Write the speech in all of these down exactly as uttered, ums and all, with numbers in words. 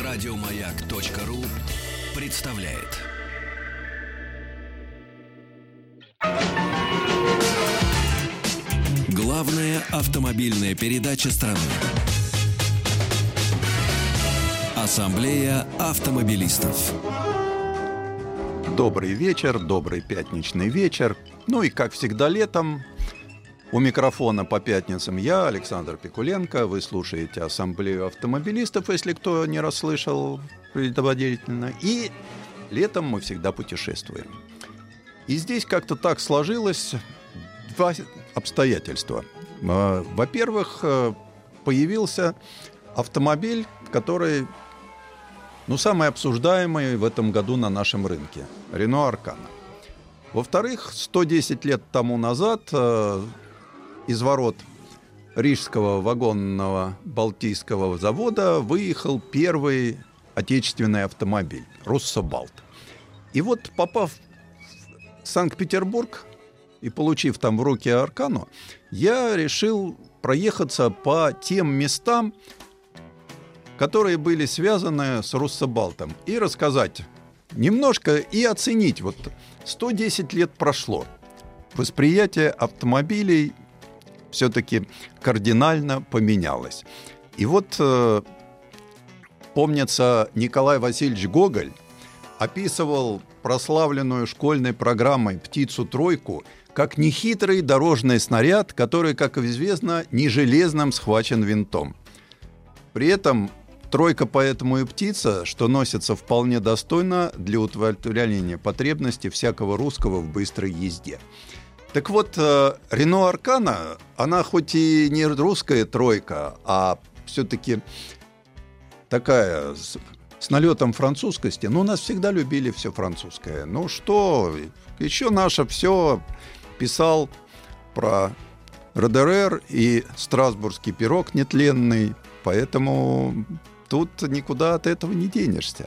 Радиомаяк.ру представляет. Главная автомобильная передача страны. Ассамблея автомобилистов. Добрый вечер, добрый пятничный вечер. Ну и, как всегда, летом. У микрофона по пятницам я, Александр Пикуленко. Вы слушаете Ассамблею автомобилистов, если кто не расслышал предварительно. И летом мы всегда путешествуем. И здесь как-то так сложилось два обстоятельства. Во-первых, появился автомобиль, который, ну, самый обсуждаемый в этом году на нашем рынке – Renault Arkana. Во-вторых, сто десять лет тому назад из ворот Рижского вагонного балтийского завода выехал первый отечественный автомобиль – Руссо-Балт. И вот, попав в Санкт-Петербург и получив там в руки Аркану, я решил проехаться по тем местам, которые были связаны с Руссо-Балтом, и рассказать немножко и оценить. Вот сто десять лет прошло. Восприятие автомобилей все-таки кардинально поменялось. И вот, э, помнится, Николай Васильевич Гоголь описывал прославленную школьной программой «Птицу-тройку» как нехитрый дорожный снаряд, который, как известно, не железным схвачен винтом. При этом тройка поэтому и птица, что носится вполне достойно для удовлетворения потребностей всякого русского в быстрой езде. Так вот, Renault Arkana, она хоть и не русская тройка, а все-таки такая с, с налетом французскости. Но у нас всегда любили все французское. Ну что, еще наше все писал про РДР и страсбургский пирог нетленный, поэтому тут никуда от этого не денешься.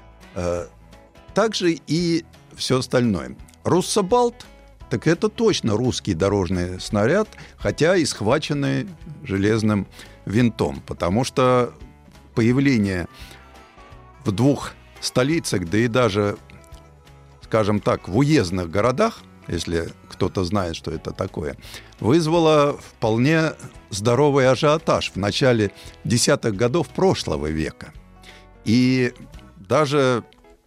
Также и все остальное. Руссо-Балт, так это точно русский дорожный снаряд, хотя и схваченный железным винтом, потому что появление в двух столицах, да и даже, скажем так, в уездных городах, если кто-то знает, что это такое, вызвало вполне здоровый ажиотаж в начале десятых годов прошлого века. И даже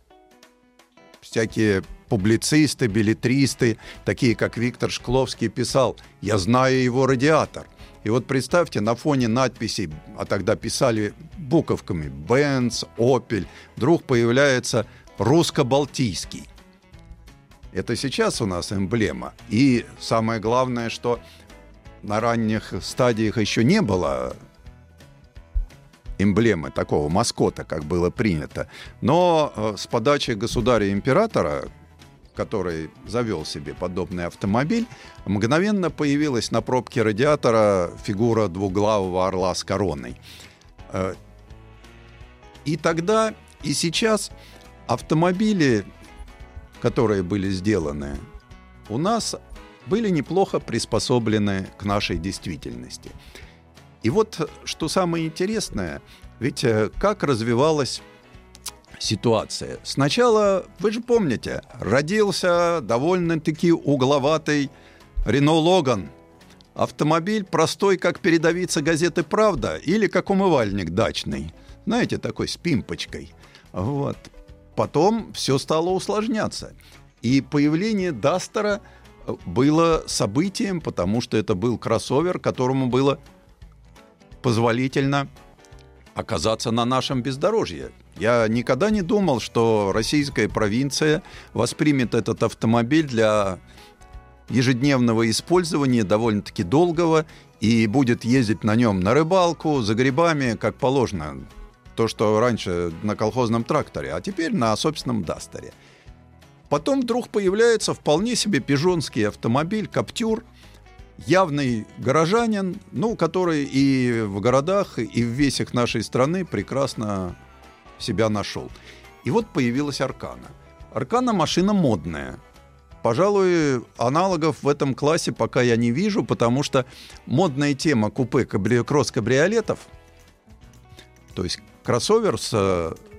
всякие публицисты, беллетристы, такие как Виктор Шкловский, писал: «Я знаю его радиатор». И вот представьте, на фоне надписей, а тогда писали буковками «Бенц», «Опель», вдруг появляется «Русско-Балтийский». Это сейчас у нас эмблема. И самое главное, что на ранних стадиях еще не было эмблемы, такого маскота, как было принято. Но с подачи государя-императора, который завел себе подобный автомобиль, мгновенно появилась на пробке радиатора фигура двуглавого орла с короной. И тогда, и сейчас автомобили, которые были сделаны у нас, были неплохо приспособлены к нашей действительности. И вот что самое интересное, ведь как развивалась ситуация. Сначала, вы же помните, родился довольно-таки угловатый Renault Logan. Автомобиль простой, как передовица газеты «Правда» или как умывальник дачный. Знаете, такой с пимпочкой. Вот. Потом все стало усложняться. И появление Дастера было событием, потому что это был кроссовер, которому было позволительно оказаться на нашем бездорожье. Я никогда не думал, что российская провинция воспримет этот автомобиль для ежедневного использования, довольно-таки долгого, и будет ездить на нем на рыбалку, за грибами, как положено. То, что раньше на колхозном тракторе, а теперь на собственном Дастере. Потом вдруг появляется вполне себе пижонский автомобиль «Каптюр», явный горожанин, ну, который и в городах, и в весях нашей страны прекрасно себя нашел. И вот появилась Аркана. Аркана — машина модная. Пожалуй, аналогов в этом классе пока я не вижу, потому что модная тема купе кросс-кабриолетов, то есть кроссовер с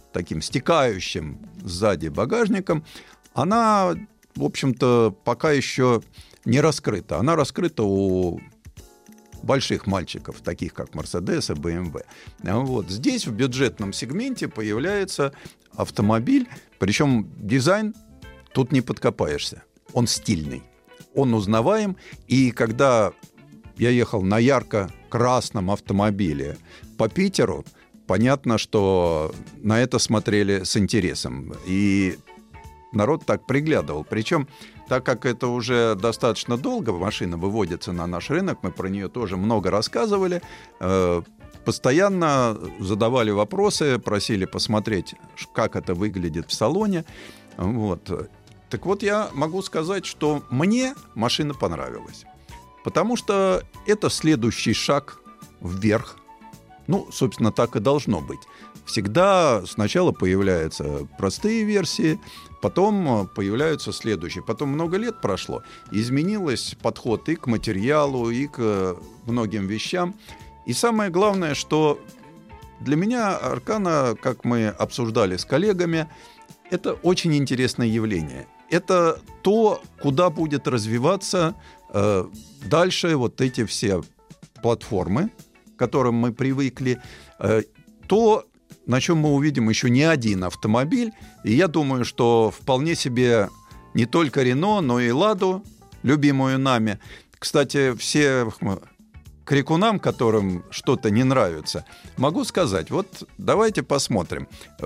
таким стекающим сзади багажником, она, в общем-то, пока еще не раскрыта. Она раскрыта у больших мальчиков, таких как Mercedes и бэ эм вэ. Вот. Здесь в бюджетном сегменте появляется автомобиль, причем дизайн тут не подкопаешься. Он стильный, он узнаваем. И когда я ехал на ярко-красном автомобиле по Питеру, понятно, что на это смотрели с интересом. И народ так приглядывал. Причем, так как это уже достаточно долго машина выводится на наш рынок, мы про нее тоже много рассказывали, э, постоянно задавали вопросы, просили посмотреть, как это выглядит в салоне. Вот. Так вот, я могу сказать, что мне машина понравилась. Потому что это следующий шаг вверх. Ну, собственно, так и должно быть. Всегда сначала появляются простые версии, потом появляются следующие. Потом много лет прошло, изменился подход и к материалу, и к многим вещам. И самое главное, что для меня Аркана, как мы обсуждали с коллегами, это очень интересное явление. Это то, куда будет развиваться э, дальше вот эти все платформы, к которым мы привыкли, э, то, на чем мы увидим еще не один автомобиль. И я думаю, что вполне себе не только Рено, но и Ладу, любимую нами. Кстати, все крикунам, которым что-то не нравится, могу сказать, вот давайте посмотрим.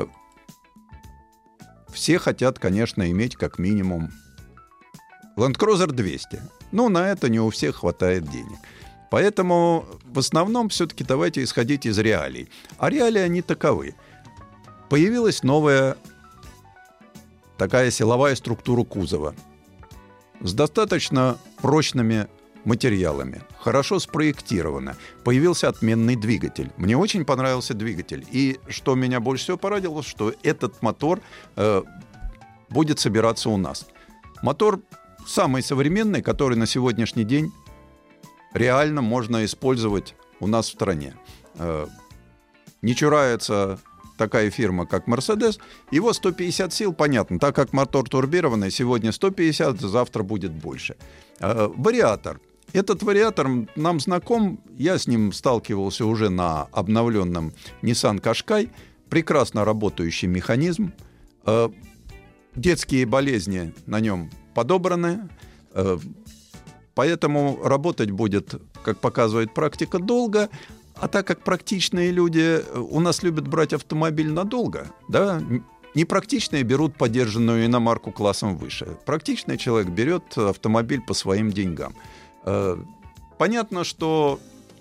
Все хотят, конечно, иметь как минимум Land Cruiser двести. Но на это не у всех хватает денег. Поэтому в основном все-таки давайте исходить из реалий. А реалии они таковы. Появилась новая такая силовая структура кузова с достаточно прочными материалами, хорошо спроектирована. Появился отменный двигатель. Мне очень понравился двигатель. И что меня больше всего порадовало, что этот мотор э, будет собираться у нас. Мотор самый современный, который на сегодняшний день реально можно использовать у нас в стране. Э, не чурается такая фирма, как Mercedes. Его сто пятьдесят сил, понятно. Так как мотор турбированный, сегодня сто пятьдесят, завтра будет больше. Э, вариатор. Этот вариатор нам знаком, я с ним сталкивался уже на обновленном Nissan Qashqai. Прекрасно работающий механизм. Э, детские болезни на нем подобраны, э, поэтому работать будет, как показывает практика, долго. А так как практичные люди у нас любят брать автомобиль надолго, да, непрактичные берут подержанную иномарку классом выше. Практичный человек берет автомобиль по своим деньгам. Понятно, что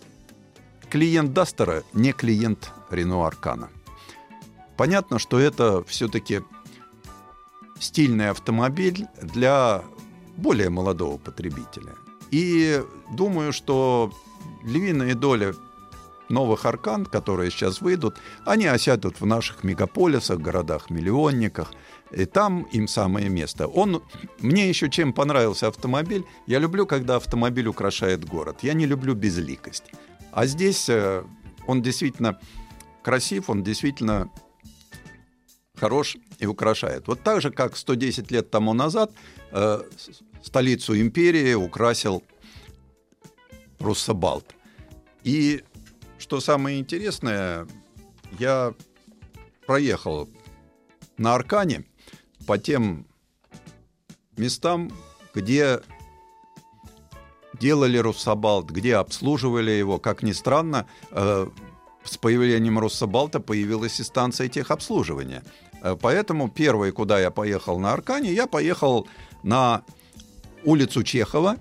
клиент Дастера не клиент Renault Аркана. Понятно, что это все-таки стильный автомобиль для более молодого потребителя. И думаю, что львиная доля новых Аркан, которые сейчас выйдут, они осядут в наших мегаполисах, городах-миллионниках, и там им самое место. Он, мне еще чем понравился автомобиль, я люблю, когда автомобиль украшает город. Я не люблю безликость. А здесь э, он действительно красив, он действительно хорош и украшает. Вот так же, как сто десять лет тому назад э, столицу империи украсил Руссобалт. И что самое интересное, я проехал на Аркане по тем местам, где делали Руссобалт, где обслуживали его. Как ни странно, э, с появлением Руссобалта появилась и станция техобслуживания. Э, поэтому первое, куда я поехал на Аркане, я поехал на улицу Чехова.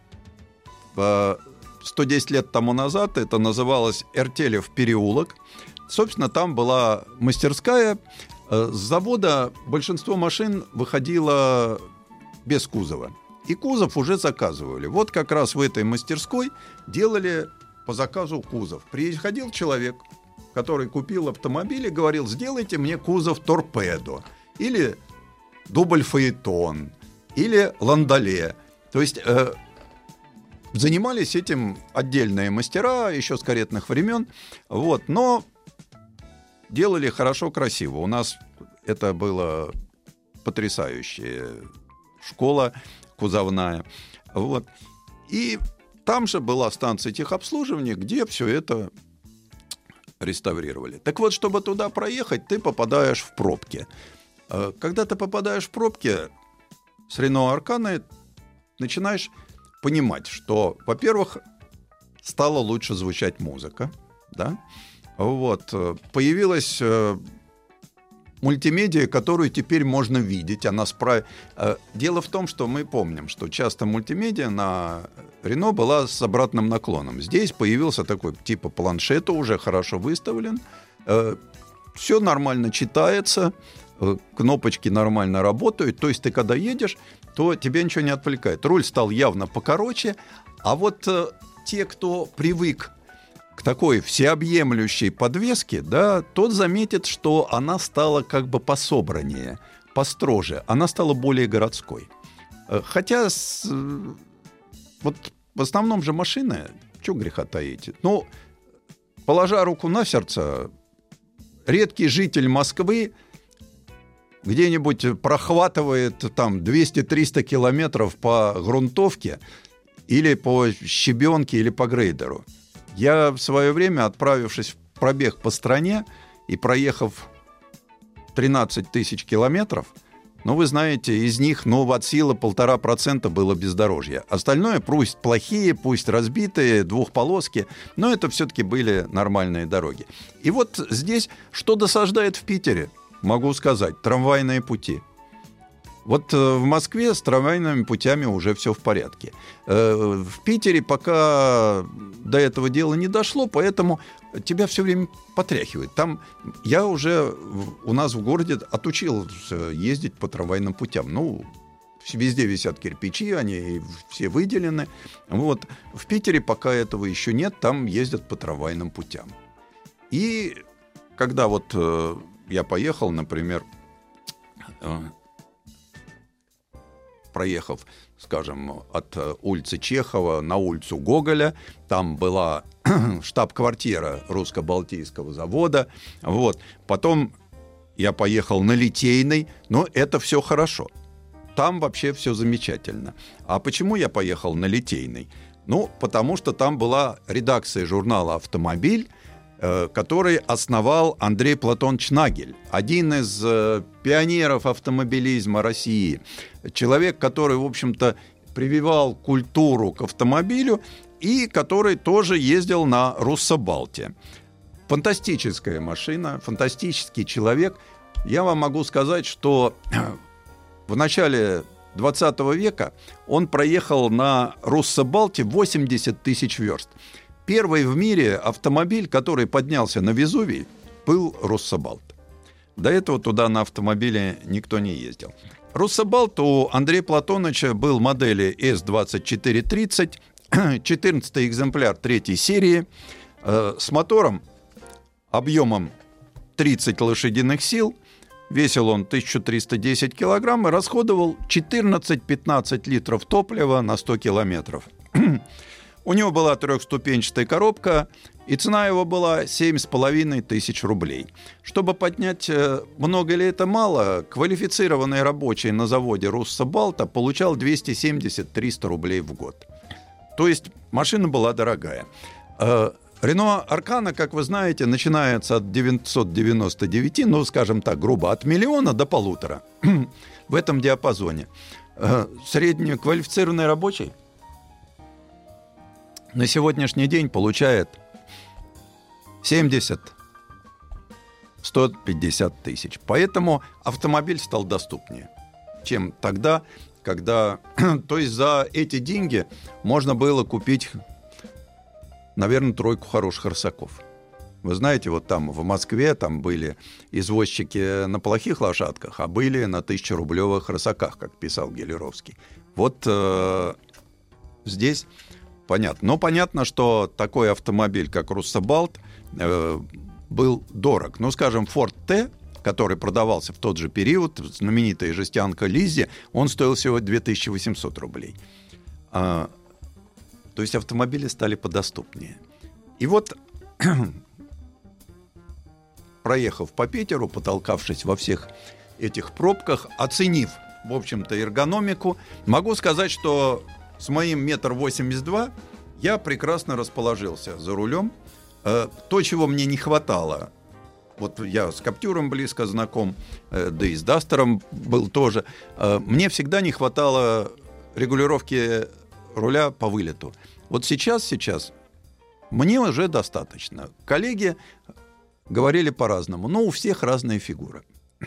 Э, сто десять лет тому назад это называлось Эртелев переулок. Собственно, там была мастерская. С завода большинство машин выходило без кузова. И кузов уже заказывали. Вот как раз в этой мастерской делали по заказу кузов. Приходил человек, который купил автомобиль и говорил: сделайте мне кузов торпедо, или дубль фаэтон, или ландоле. То есть э, занимались этим отдельные мастера еще с каретных времен. Вот. Но делали хорошо, красиво. У нас это была потрясающая школа кузовная. Вот. И там же была станция техобслуживания, где все это реставрировали. Так вот, чтобы туда проехать, ты попадаешь в пробки. Когда ты попадаешь в пробки с Renault Arcana, начинаешь понимать, что, во-первых, стала лучше звучать музыка, да? Вот. Появилась э, мультимедиа, которую теперь можно видеть. Она спра... э, дело в том, что мы помним, что часто мультимедиа на Renault была с обратным наклоном. Здесь появился такой типа планшета, уже хорошо выставлен. Э, все нормально читается, э, кнопочки нормально работают. То есть ты когда едешь, то тебя ничего не отвлекает. Руль стал явно покороче, а вот э, те, кто привык к такой всеобъемлющей подвеске, да, тот заметит, что она стала как бы пособраннее, построже. Она стала более городской. Хотя с, вот в основном же машины, чего греха таить. Ну, положа руку на сердце, редкий житель Москвы где-нибудь прохватывает там двести-триста километров по грунтовке или по щебенке, или по грейдеру. Я в свое время, отправившись в пробег по стране и проехав тринадцать тысяч километров, ну, вы знаете, из них, ну, от силы полтора процента было бездорожье. Остальное, пусть плохие, пусть разбитые, двухполоски, но это все-таки были нормальные дороги. И вот здесь, что досаждает в Питере, могу сказать, трамвайные пути. Вот в Москве с трамвайными путями уже все в порядке. В Питере пока до этого дела не дошло, поэтому тебя все время потряхивает. Там я уже у нас в городе отучился ездить по трамвайным путям. Ну, везде висят кирпичи, они все выделены. Вот. В Питере пока этого еще нет, там ездят по трамвайным путям. И когда вот я поехал, например, проехав, скажем, от улицы Чехова на улицу Гоголя, там была штаб-квартира русско-балтийского завода. Вот. Потом я поехал на Литейный, но это все хорошо. Там вообще все замечательно. А почему я поехал на Литейный? Ну, потому что там была редакция журнала «Автомобиль», который основал Андрей Платонович Нагель, один из э, пионеров автомобилизма России, человек, который, в общем-то, прививал культуру к автомобилю и который тоже ездил на Руссобалте. Фантастическая машина, фантастический человек. Я вам могу сказать, что в начале двадцатого века он проехал на Руссобалте восемьдесят тысяч верст. Первый в мире автомобиль, который поднялся на Везувий, был Руссобалт. До этого туда на автомобиле никто не ездил. Руссобалт у Андрея Платоновича был модели эс двадцать четыре тридцать, четырнадцатый экземпляр третьей серии, э, с мотором объемом тридцать лошадиных сил. Весил он тысячу триста десять килограмм и расходовал четырнадцать-пятнадцать литров топлива на сто километров. У него была трехступенчатая коробка, и цена его была семь с половиной тысяч рублей. Чтобы поднять, много ли это мало, квалифицированный рабочий на заводе Руссобалта получал двести семьдесят - триста рублей в год. То есть машина была дорогая. Renault Arcana, как вы знаете, начинается от девятьсот девяносто девять, ну, скажем так, грубо, от миллиона до полутора. В этом диапазоне. Среднеквалифицированный рабочий на сегодняшний день получает семьдесят - сто пятьдесят тысяч. Поэтому автомобиль стал доступнее, чем тогда, когда... То есть за эти деньги можно было купить, наверное, тройку хороших рысаков. Вы знаете, вот там в Москве там были извозчики на плохих лошадках, а были на тысячерублевых рысаках, как писал Гелеровский. Вот э, здесь... Понятно. Но понятно, что такой автомобиль, как Руссобалт, э, был дорог. Ну, скажем, Ford T, который продавался в тот же период, знаменитая жестянка Лиззи, он стоил всего две тысячи восемьсот рублей. А, то есть автомобили стали подоступнее. И вот проехав по Питеру, потолкавшись во всех этих пробках, оценив, в общем-то, эргономику, могу сказать, что с моим метр восемьдесят два я прекрасно расположился за рулем. То, чего мне не хватало, вот я с Каптюром близко знаком, да и с Дастером был тоже, мне всегда не хватало регулировки руля по вылету. Вот сейчас, сейчас мне уже достаточно. Коллеги говорили по-разному, но у всех разные фигуры.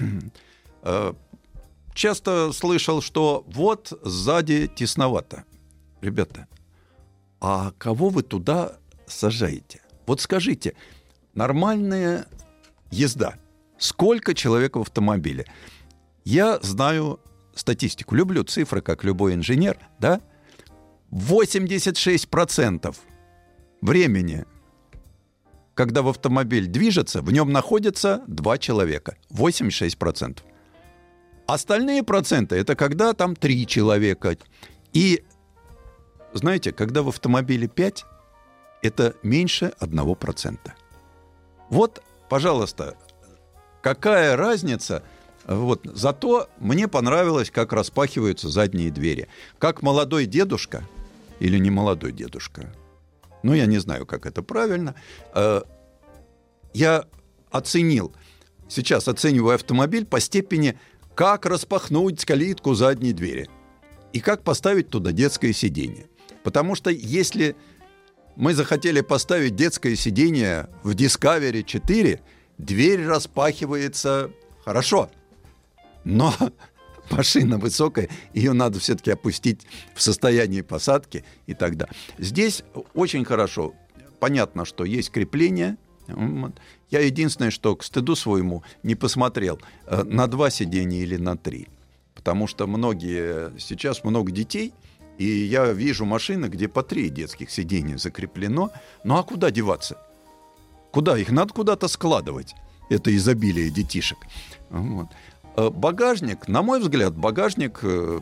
Часто слышал, что вот сзади тесновато. Ребята, а кого вы туда сажаете? Вот скажите, нормальная езда. Сколько человек в автомобиле? Я знаю статистику, люблю цифры, как любой инженер, да? восемьдесят шесть процентов времени, когда в автомобиль движется, в нем находится два человека. восемьдесят шесть процентов. Остальные проценты — это когда там три человека. И, знаете, когда в автомобиле пять, это меньше одного процента. Вот, пожалуйста, какая разница? Вот. Зато мне понравилось, как распахиваются задние двери. Как молодой дедушка, или не молодой дедушка, ну, я не знаю, как это правильно, я оценил, сейчас оцениваю автомобиль по степени, как распахнуть калитку задней двери и как поставить туда детское сиденье. Потому что если мы захотели поставить детское сиденье в Discovery четыре, дверь распахивается хорошо, но машина высокая, ее надо все-таки опустить в состоянии посадки и так далее. Здесь очень хорошо. Понятно, что есть крепление. Я единственное, что к стыду своему не посмотрел, на два сиденья или на три. Потому что многие, сейчас много детей, и я вижу машины, где по три детских сиденья закреплено. Ну а куда деваться? Куда? Их надо куда-то складывать. Это изобилие детишек. Вот. Багажник, на мой взгляд, багажник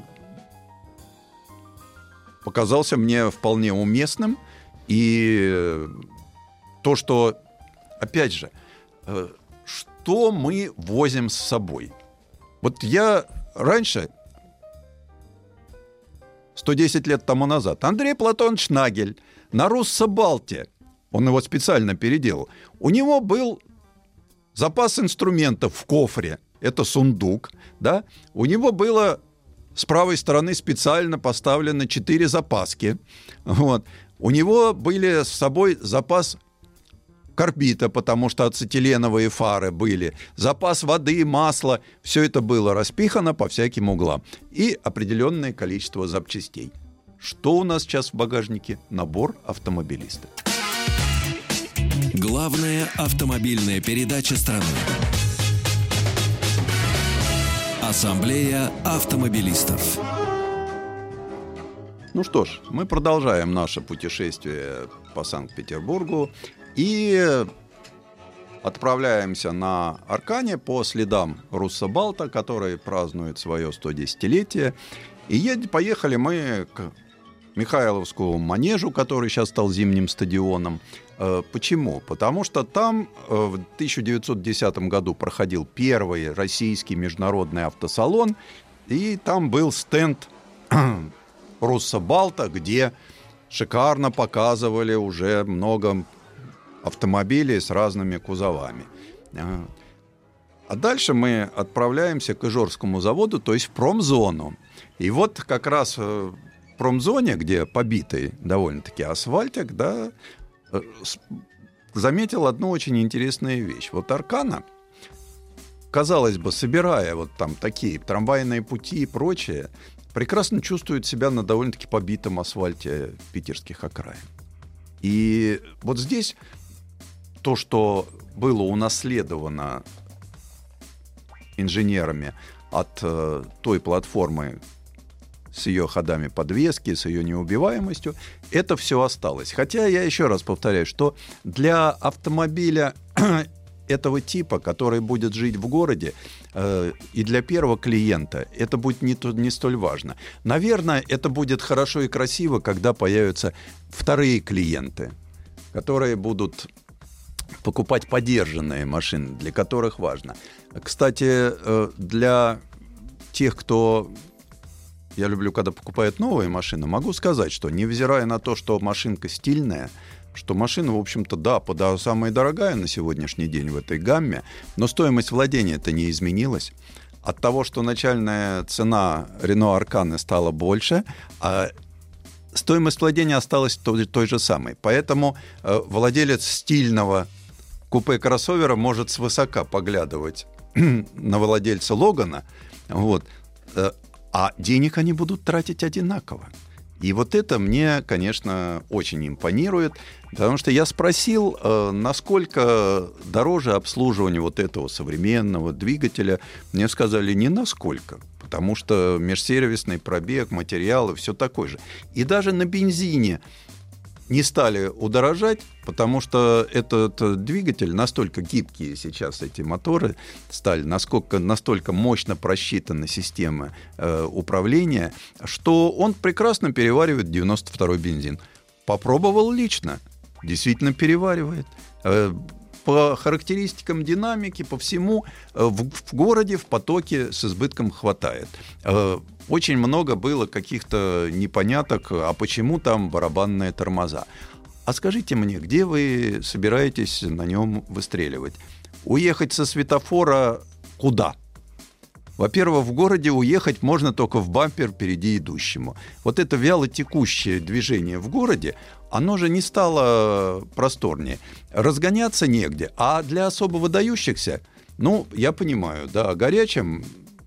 показался мне вполне уместным. И то, что, опять же, что мы возим с собой? Вот я раньше, сто десять лет тому назад, Андрей Платонович Нагель на Руссо-Балте, он его специально переделал, у него был запас инструментов в кофре, это сундук, да, у него было с правой стороны специально поставлены четыре запаски, вот. У него были с собой запас карбида, потому что ацетиленовые фары были, запас воды, масла, все это было распихано по всяким углам. И определенное количество запчастей. Что у нас сейчас в багажнике? Набор автомобилиста. Главная автомобильная передача страны. Ассамблея автомобилистов. Ну что ж, мы продолжаем наше путешествие по Санкт-Петербургу и отправляемся на Аркане по следам Руссо-Балта, который празднует свое сто десятилетие. И едь, поехали мы к Михайловскому манежу, который сейчас стал зимним стадионом. Почему? Потому что там в тысяча девятьсот десятом году проходил первый российский международный автосалон, и там был стенд Руссо-Балта, где шикарно показывали уже много автомобилей с разными кузовами. А дальше мы отправляемся к Ижорскому заводу, то есть в промзону. И вот как раз в промзоне, где побитый довольно-таки асфальтик, да, заметил одну очень интересную вещь. Вот Аркана, казалось бы, собирая вот там такие трамвайные пути и прочее, прекрасно чувствует себя на довольно-таки побитом асфальте питерских окраин. И вот здесь то, что было унаследовано инженерами от э, той платформы с ее ходами подвески, с ее неубиваемостью, это все осталось. Хотя я еще раз повторяю, что для автомобиля этого типа, который будет жить в городе, э, и для первого клиента это будет не, то, не столь важно. Наверное, это будет хорошо и красиво, когда появятся вторые клиенты, которые будут покупать подержанные машины, для которых важно. Кстати, для тех, кто... Я люблю, когда покупают новые машины, могу сказать, что невзирая на то, что машинка стильная, что машина, в общем-то, да, пода, самая дорогая на сегодняшний день в этой гамме, но стоимость владения-то не изменилась. От того, что начальная цена Renault Арканы стала больше, а стоимость владения осталась той, той же самой. Поэтому э, владелец стильного купе-кроссовера может свысока поглядывать на владельца Логана, вот, э, а денег они будут тратить одинаково. И вот это мне, конечно, очень импонирует, потому что я спросил, насколько дороже обслуживание вот этого современного двигателя. Мне сказали, не насколько, потому что межсервисный пробег, материалы, все такое же. И даже на бензине не стали удорожать, потому что этот двигатель, настолько гибкие сейчас эти моторы стали, насколько, настолько мощно просчитана система э, управления, что он прекрасно переваривает девяносто второй бензин. Попробовал лично, действительно переваривает. Э, по характеристикам динамики, по всему, э, в, в городе в потоке с избытком хватает. Э, Очень много было каких-то непоняток, а почему там барабанные тормоза. А скажите мне, где вы собираетесь на нем выстреливать? Уехать со светофора куда? Во-первых, в городе уехать можно только в бампер впереди идущему. Вот это вялотекущее движение в городе, оно же не стало просторнее. Разгоняться негде. А для особо выдающихся, ну, я понимаю, да, горячим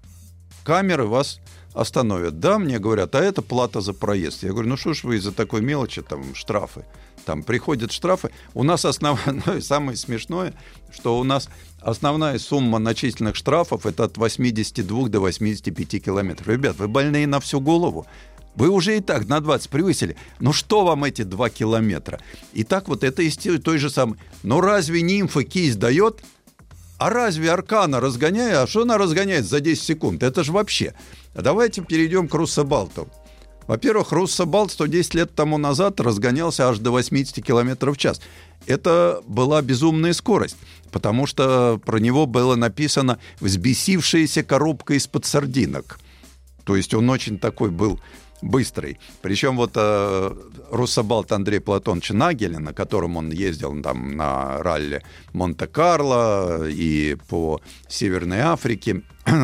камеры вас остановят. Да, мне говорят, а это плата за проезд. Я говорю, ну что ж вы из-за такой мелочи, там, штрафы. Там приходят штрафы. У нас основное, самое смешное, что у нас основная сумма начисленных штрафов это от восьмидесяти двух до восьмидесяти пяти километров. Ребят, вы больные на всю голову. Вы уже и так на двадцать превысили. Ну что вам эти два километра? И так вот это из той же самой. Но разве нимфа кисть дает? А разве Аркана разгоняет? А что она разгоняет за десять секунд? Это же вообще. Давайте перейдем к Руссобалту. Во-первых, Руссобалт сто десять лет тому назад разгонялся аж до восьмидесяти километров в час. Это была безумная скорость, потому что про него было написано «взбесившаяся коробка из-под сардинок». То есть он очень такой был быстрый. Причем вот э, Руссобалт Андрея Платоновича Нагеля, на котором он ездил там на ралли Монте-Карло и по Северной Африке,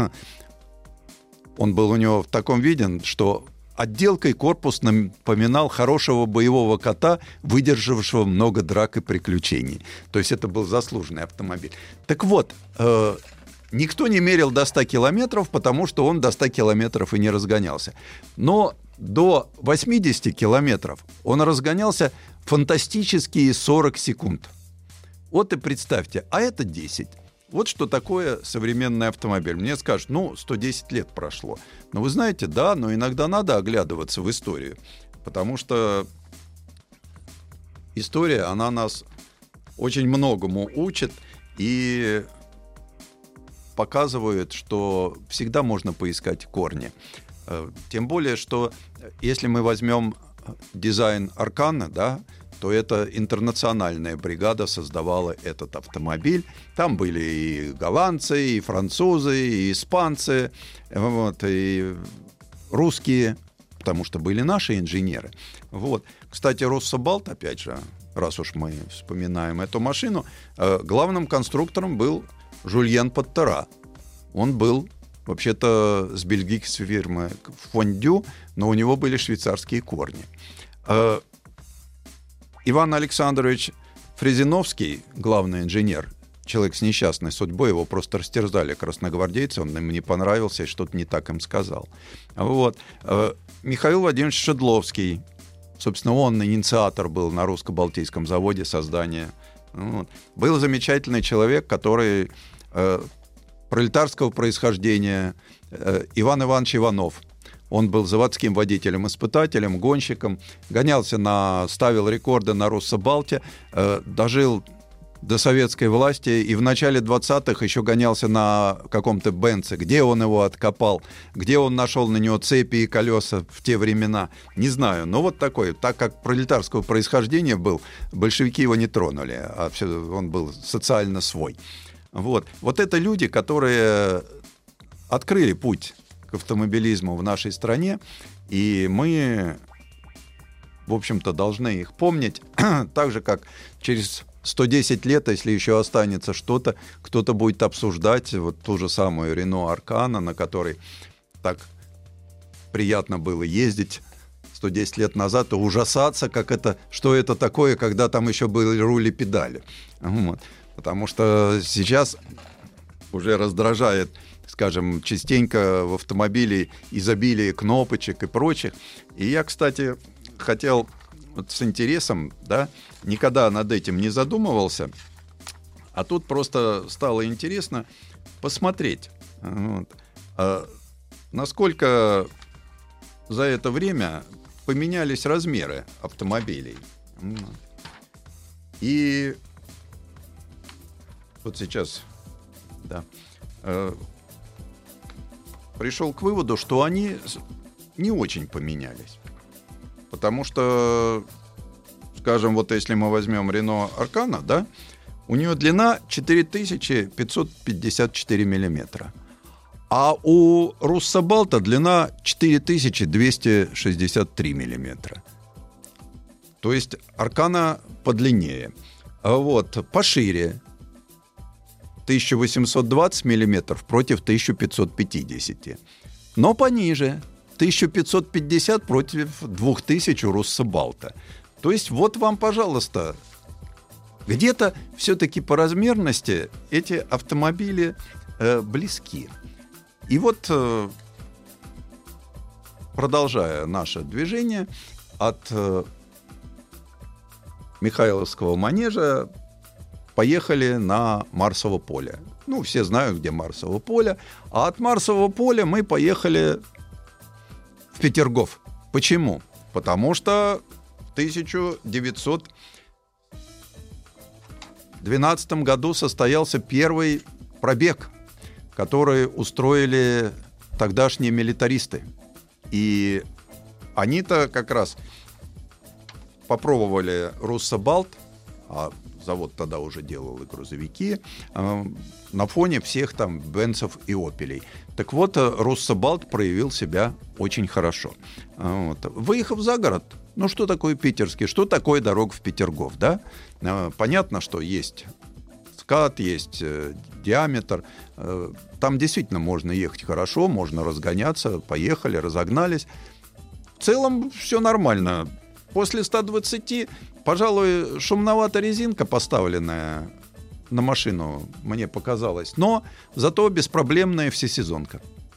он был у него в таком виде, что отделкой корпус напоминал хорошего боевого кота, выдержавшего много драк и приключений. То есть это был заслуженный автомобиль. Так вот, э, никто не мерил до ста километров, потому что он до ста километров и не разгонялся. Но до восьмидесяти километров он разгонялся фантастические сорок секунд. Вот и представьте, а это десять. Вот что такое современный автомобиль. Мне скажут, ну, сто десять лет прошло. Но вы знаете, да, но иногда надо оглядываться в историю. Потому что история, она нас очень многому учит и показывает, что всегда можно поискать корни. Тем более, что если мы возьмем дизайн Аркана, да, то это интернациональная бригада создавала этот автомобиль. Там были и голландцы, и французы, и испанцы, вот, и русские, потому что были наши инженеры. Вот. Кстати, Руссобалт, опять же, раз уж мы вспоминаем эту машину, главным конструктором был Жюльен Паттера. Он был вообще-то с бельгийской фирмы Фондю, но у него были швейцарские корни. Иван Александрович Фрезиновский, главный инженер, человек с несчастной судьбой, его просто растерзали красногвардейцы, он им не понравился и что-то не так им сказал. Вот. Михаил Владимирович Шедловский, собственно, он инициатор был на русско-балтийском заводе создания. Вот. Был замечательный человек, который э, пролетарского происхождения, э, Иван Иванович Иванов. Он был заводским водителем-испытателем, гонщиком, гонялся на, ставил рекорды на Руссобалте, э, дожил до советской власти, и в начале двадцатых еще гонялся на каком-то Бенце. Где он его откопал, где он нашел на него цепи и колеса в те времена, не знаю. Но вот такой, так как пролетарского происхождения был, большевики его не тронули, а все, он был социально свой. Вот. Вот это люди, которые открыли путь к автомобилизму в нашей стране, и мы, в общем-то, должны их помнить, так же, как через сто десять лет, если еще останется что-то, кто-то будет обсуждать вот ту же самую Renault Аркана, на которой так приятно было ездить сто десять лет назад, и ужасаться, как это, что это такое, когда там еще были руль и педали. Вот. Потому что сейчас уже раздражает, скажем, частенько в автомобиле изобилие кнопочек и прочих. И я, кстати, хотел вот с интересом, да, никогда над этим не задумывался, а тут просто стало интересно посмотреть, вот, а насколько за это время поменялись размеры автомобилей. И вот сейчас, да, э, пришел к выводу, что они не очень поменялись. Потому что, скажем, вот если мы возьмем Renault Аркана, да, у нее длина четыре тысячи пятьсот пятьдесят четыре миллиметра. А у Руссобалта длина четыре тысячи двести шестьдесят три миллиметра. То есть Аркана подлиннее. А вот пошире тысяча восемьсот двадцать миллиметров против тысяча пятьсот пятьдесят. Но пониже тысяча пятьсот пятьдесят против две тысячи у Руссобалта. То есть вот вам, пожалуйста, где-то все-таки по размерности эти автомобили э, близки. И вот, э, продолжая наше движение, от э, Михайловского манежа поехали на Марсово поле. Ну, все знают, где Марсово поле. А от Марсового поля мы поехали в Петергоф. Почему? Потому что в тысяча девятьсот двенадцатом году состоялся первый пробег, который устроили тогдашние милитаристы. И они-то как раз попробовали Руссобалт, а завод тогда уже делал и грузовики, э, на фоне всех там Бенцев и Опелей. Так вот, Руссобалт проявил себя очень хорошо. Вот. Выехав за город, ну что такое питерский, что такое дорога в Петергоф, да? Э, понятно, что есть скат, есть э, диаметр. Э, там действительно можно ехать хорошо, можно разгоняться, поехали, разогнались. В целом все нормально. После ста двадцати, пожалуй, шумновата резинка, поставленная на машину, мне показалось. Но зато беспроблемная всесезонка.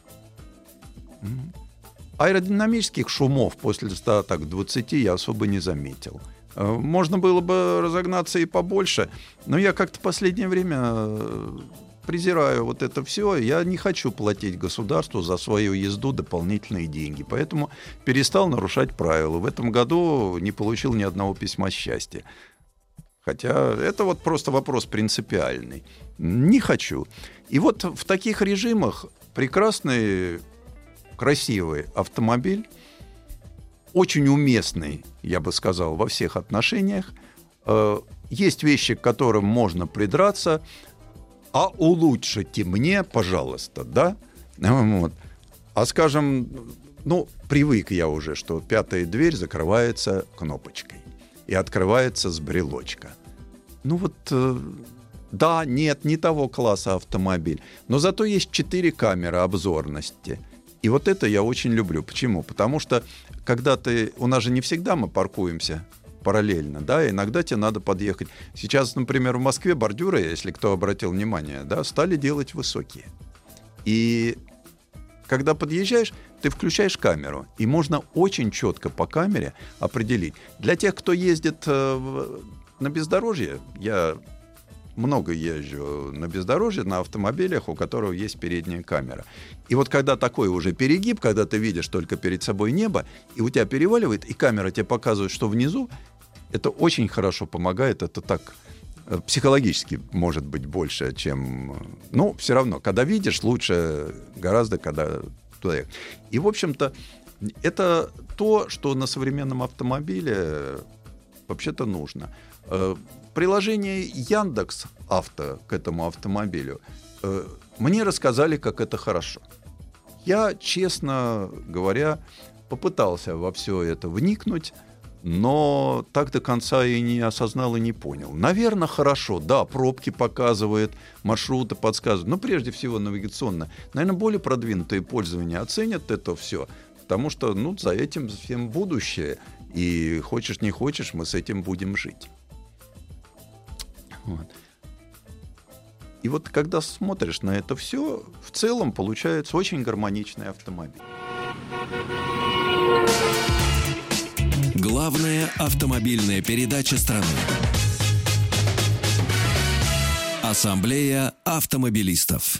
Аэродинамических шумов после ста двадцати я особо не заметил. Можно было бы разогнаться и побольше, но я как-то в последнее время презираю вот это все. Я не хочу платить государству за свою езду дополнительные деньги. Поэтому перестал нарушать правила. В этом году не получил ни одного письма счастья. Хотя это вот просто вопрос принципиальный. Не хочу. И вот в таких режимах прекрасный, красивый автомобиль, очень уместный, я бы сказал, во всех отношениях. Есть вещи, к которым можно придраться, а улучшите мне, пожалуйста, да? Вот. А скажем, ну, привык я уже, что пятая дверь закрывается кнопочкой и открывается с брелочка. Ну вот, э, да, нет, не того класса автомобиль, но зато есть четыре камеры обзорности. И вот это я очень люблю. Почему? Потому что когда ты... У нас же не всегда мы паркуемся параллельно, да, иногда тебе надо подъехать. Сейчас, например, в Москве бордюры, если кто обратил внимание, да, стали делать высокие. И когда подъезжаешь, ты включаешь камеру, и можно очень четко по камере определить. Для тех, кто ездит э, на бездорожье, я много езжу на бездорожье, на автомобилях, у которого есть передняя камера. И вот когда такой уже перегиб, когда ты видишь только перед собой небо, и у тебя переваливает, и камера тебе показывает, что внизу, это очень хорошо помогает. Это так психологически может быть больше, чем... Ну, все равно, когда видишь, лучше гораздо, когда туда ехать. И, в общем-то, это то, что на современном автомобиле вообще-то нужно. Приложение Яндекс.Авто к этому автомобилю мне рассказали, как это хорошо. Я, честно говоря, попытался во все это вникнуть, но так до конца и не осознал, и не понял. Наверное, хорошо. Да, пробки показывает, маршруты подсказывают. Но прежде всего навигационно. Наверное, более продвинутые пользования оценят это все, потому что ну, за этим всем будущее. И хочешь не хочешь, мы с этим будем жить. Вот. И вот когда смотришь на это все, в целом получается очень гармоничный автомобиль. Главная автомобильная передача страны. Ассамблея автомобилистов.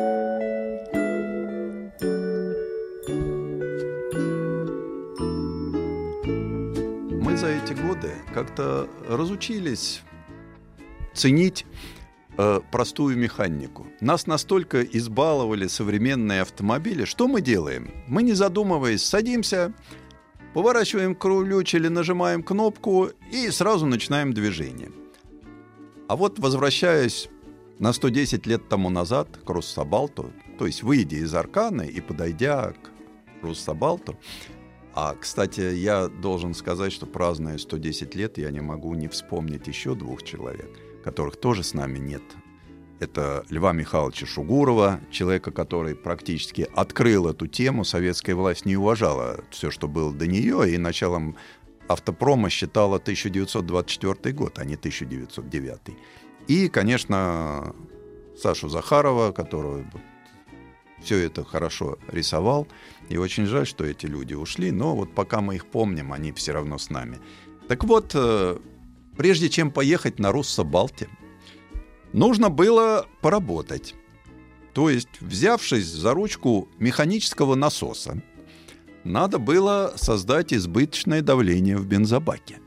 Мы за эти годы как-то разучились ценить э, простую механику. Нас настолько избаловали современные автомобили. Что мы делаем? Мы, не задумываясь, садимся, поворачиваем ключ или нажимаем кнопку и сразу начинаем движение. А вот, возвращаясь на сто десять лет тому назад к Руссобалту, то есть выйдя из Арканы и подойдя к Руссобалту, а, кстати, я должен сказать, что празднуя сто десять лет, я не могу не вспомнить еще двух человек, которых тоже с нами нет. Это Льва Михайловича Шугурова, человека, который практически открыл эту тему. Советская власть не уважала все, что было до нее, и началом автопрома считала тысяча девятьсот двадцать четвёртый год, а не тысяча девятьсот девятый. И, конечно, Сашу Захарова, который все это хорошо рисовал. И очень жаль, что эти люди ушли, но вот пока мы их помним, они все равно с нами. Так вот, прежде чем поехать на Руссобалте, нужно было поработать. То есть, взявшись за ручку механического насоса, надо было создать избыточное давление в бензобаке.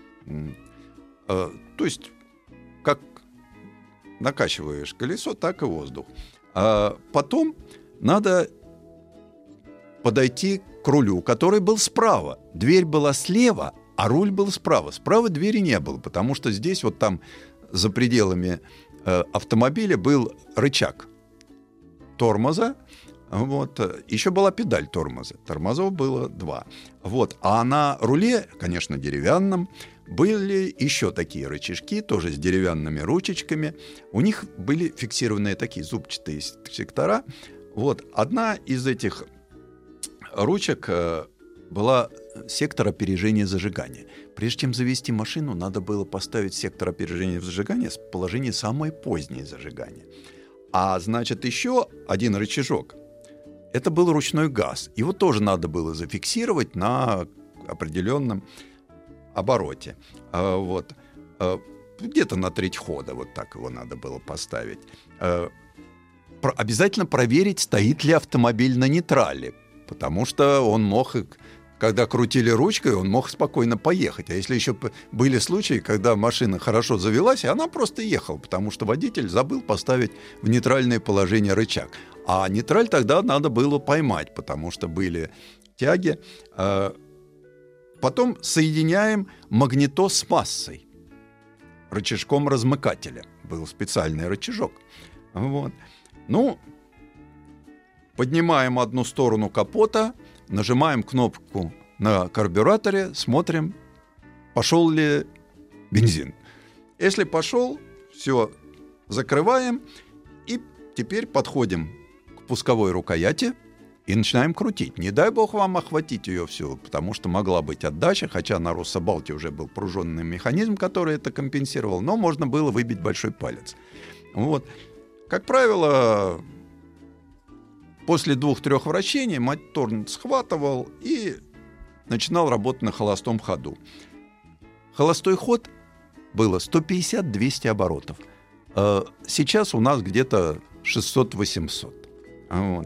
То есть, как накачиваешь колесо, так и воздух. А потом надо подойти к рулю, который был справа. Дверь была слева, а руль был справа. Справа двери не было, потому что здесь вот там за пределами э, автомобиля был рычаг тормоза. Вот. Еще была педаль тормоза. Тормозов было два. Вот. А на руле, конечно, деревянном, были еще такие рычажки, тоже с деревянными ручечками. У них были фиксированные такие зубчатые сектора. Вот. Одна из этих ручек э, была сектор опережения зажигания. Прежде чем завести машину, надо было поставить сектор опережения зажигания с положения самое позднее зажигание. А значит, еще один рычажок. Это был ручной газ. Его тоже надо было зафиксировать на определенном обороте. А, вот. а, где-то на треть хода вот так его надо было поставить. А, про, обязательно проверить, стоит ли автомобиль на нейтрале, потому что он мог, когда крутили ручкой, он мог спокойно поехать. А если еще были случаи, когда машина хорошо завелась, и она просто ехала, потому что водитель забыл поставить в нейтральное положение рычаг. А нейтраль тогда надо было поймать, потому что были тяги. Потом соединяем магнитоз с массой, рычажком размыкателя. Был специальный рычажок. Вот. Ну, поднимаем одну сторону капота, нажимаем кнопку на карбюраторе, смотрим, пошел ли бензин. Если пошел, все, закрываем и теперь подходим к пусковой рукояти и начинаем крутить. Не дай бог вам охватить ее всю, потому что могла быть отдача, хотя на Руссобалте уже был пружинный механизм, который это компенсировал, но можно было выбить большой палец. Вот. Как правило, после двух-трех вращений мотор схватывал и начинал работать на холостом ходу. Холостой ход было сто пятьдесят - двести оборотов. Сейчас у нас где-то шестьсот-восемьсот. Вот.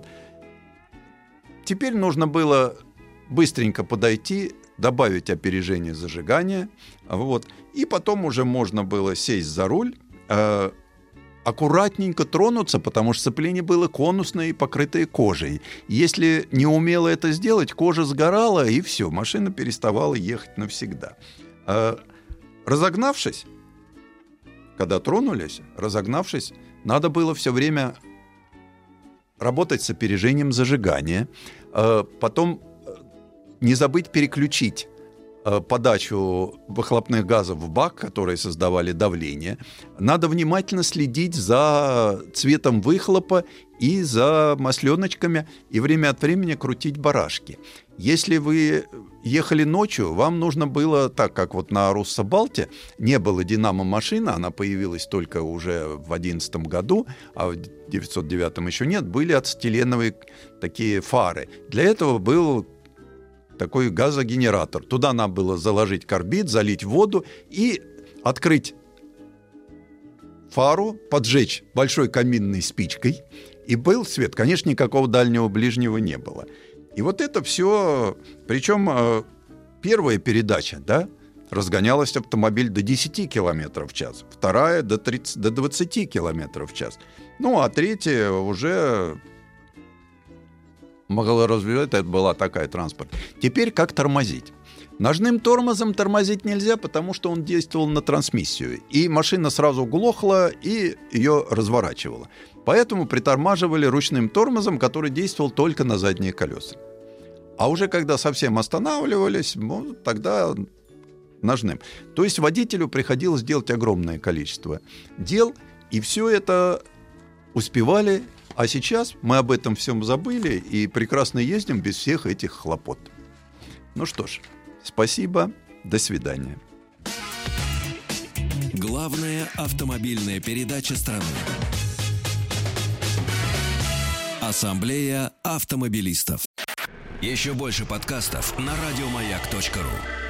Теперь нужно было быстренько подойти, добавить опережение зажигания. Вот. И потом уже можно было сесть за руль э, аккуратненько тронуться, потому что сцепление было конусное и покрытое кожей. Если не умела это сделать, кожа сгорала, и все, машина переставала ехать навсегда. Э, разогнавшись, когда тронулись, разогнавшись, надо было все время работать с опережением зажигания, э, потом не забыть переключить подачу выхлопных газов в бак, которые создавали давление. Надо внимательно следить за цветом выхлопа и за масленочками, и время от времени крутить барашки. Если вы ехали ночью, вам нужно было, так как вот на Руссо-Балте не было динамо-машины, она появилась только уже в две тысячи одиннадцатом году, а в тысяча девятьсот девятом еще нет, были ацетиленовые такие фары. Для этого был такой газогенератор. Туда надо было заложить карбид, залить воду и открыть фару, поджечь большой каминной спичкой, и был свет. Конечно, никакого дальнего ближнего не было. И вот это все, причем первая передача, да, разгонялась автомобиль до десяти километров в час, вторая до, тридцати, до двадцати километров в час. Ну, а третья уже могла развивать, это была такая транспорт. Теперь как тормозить? Ножным тормозом тормозить нельзя, потому что он действовал на трансмиссию. И машина сразу глохла и ее разворачивала. Поэтому притормаживали ручным тормозом, который действовал только на задние колеса. А уже когда совсем останавливались, ну, тогда ножным. То есть водителю приходилось делать огромное количество дел, и все это успевали. А сейчас мы об этом всем забыли и прекрасно ездим без всех этих хлопот. Ну что ж, спасибо, до свидания. Главная автомобильная передача страны. Ассамблея автомобилистов. Еще больше подкастов на радиомаяк точка ру.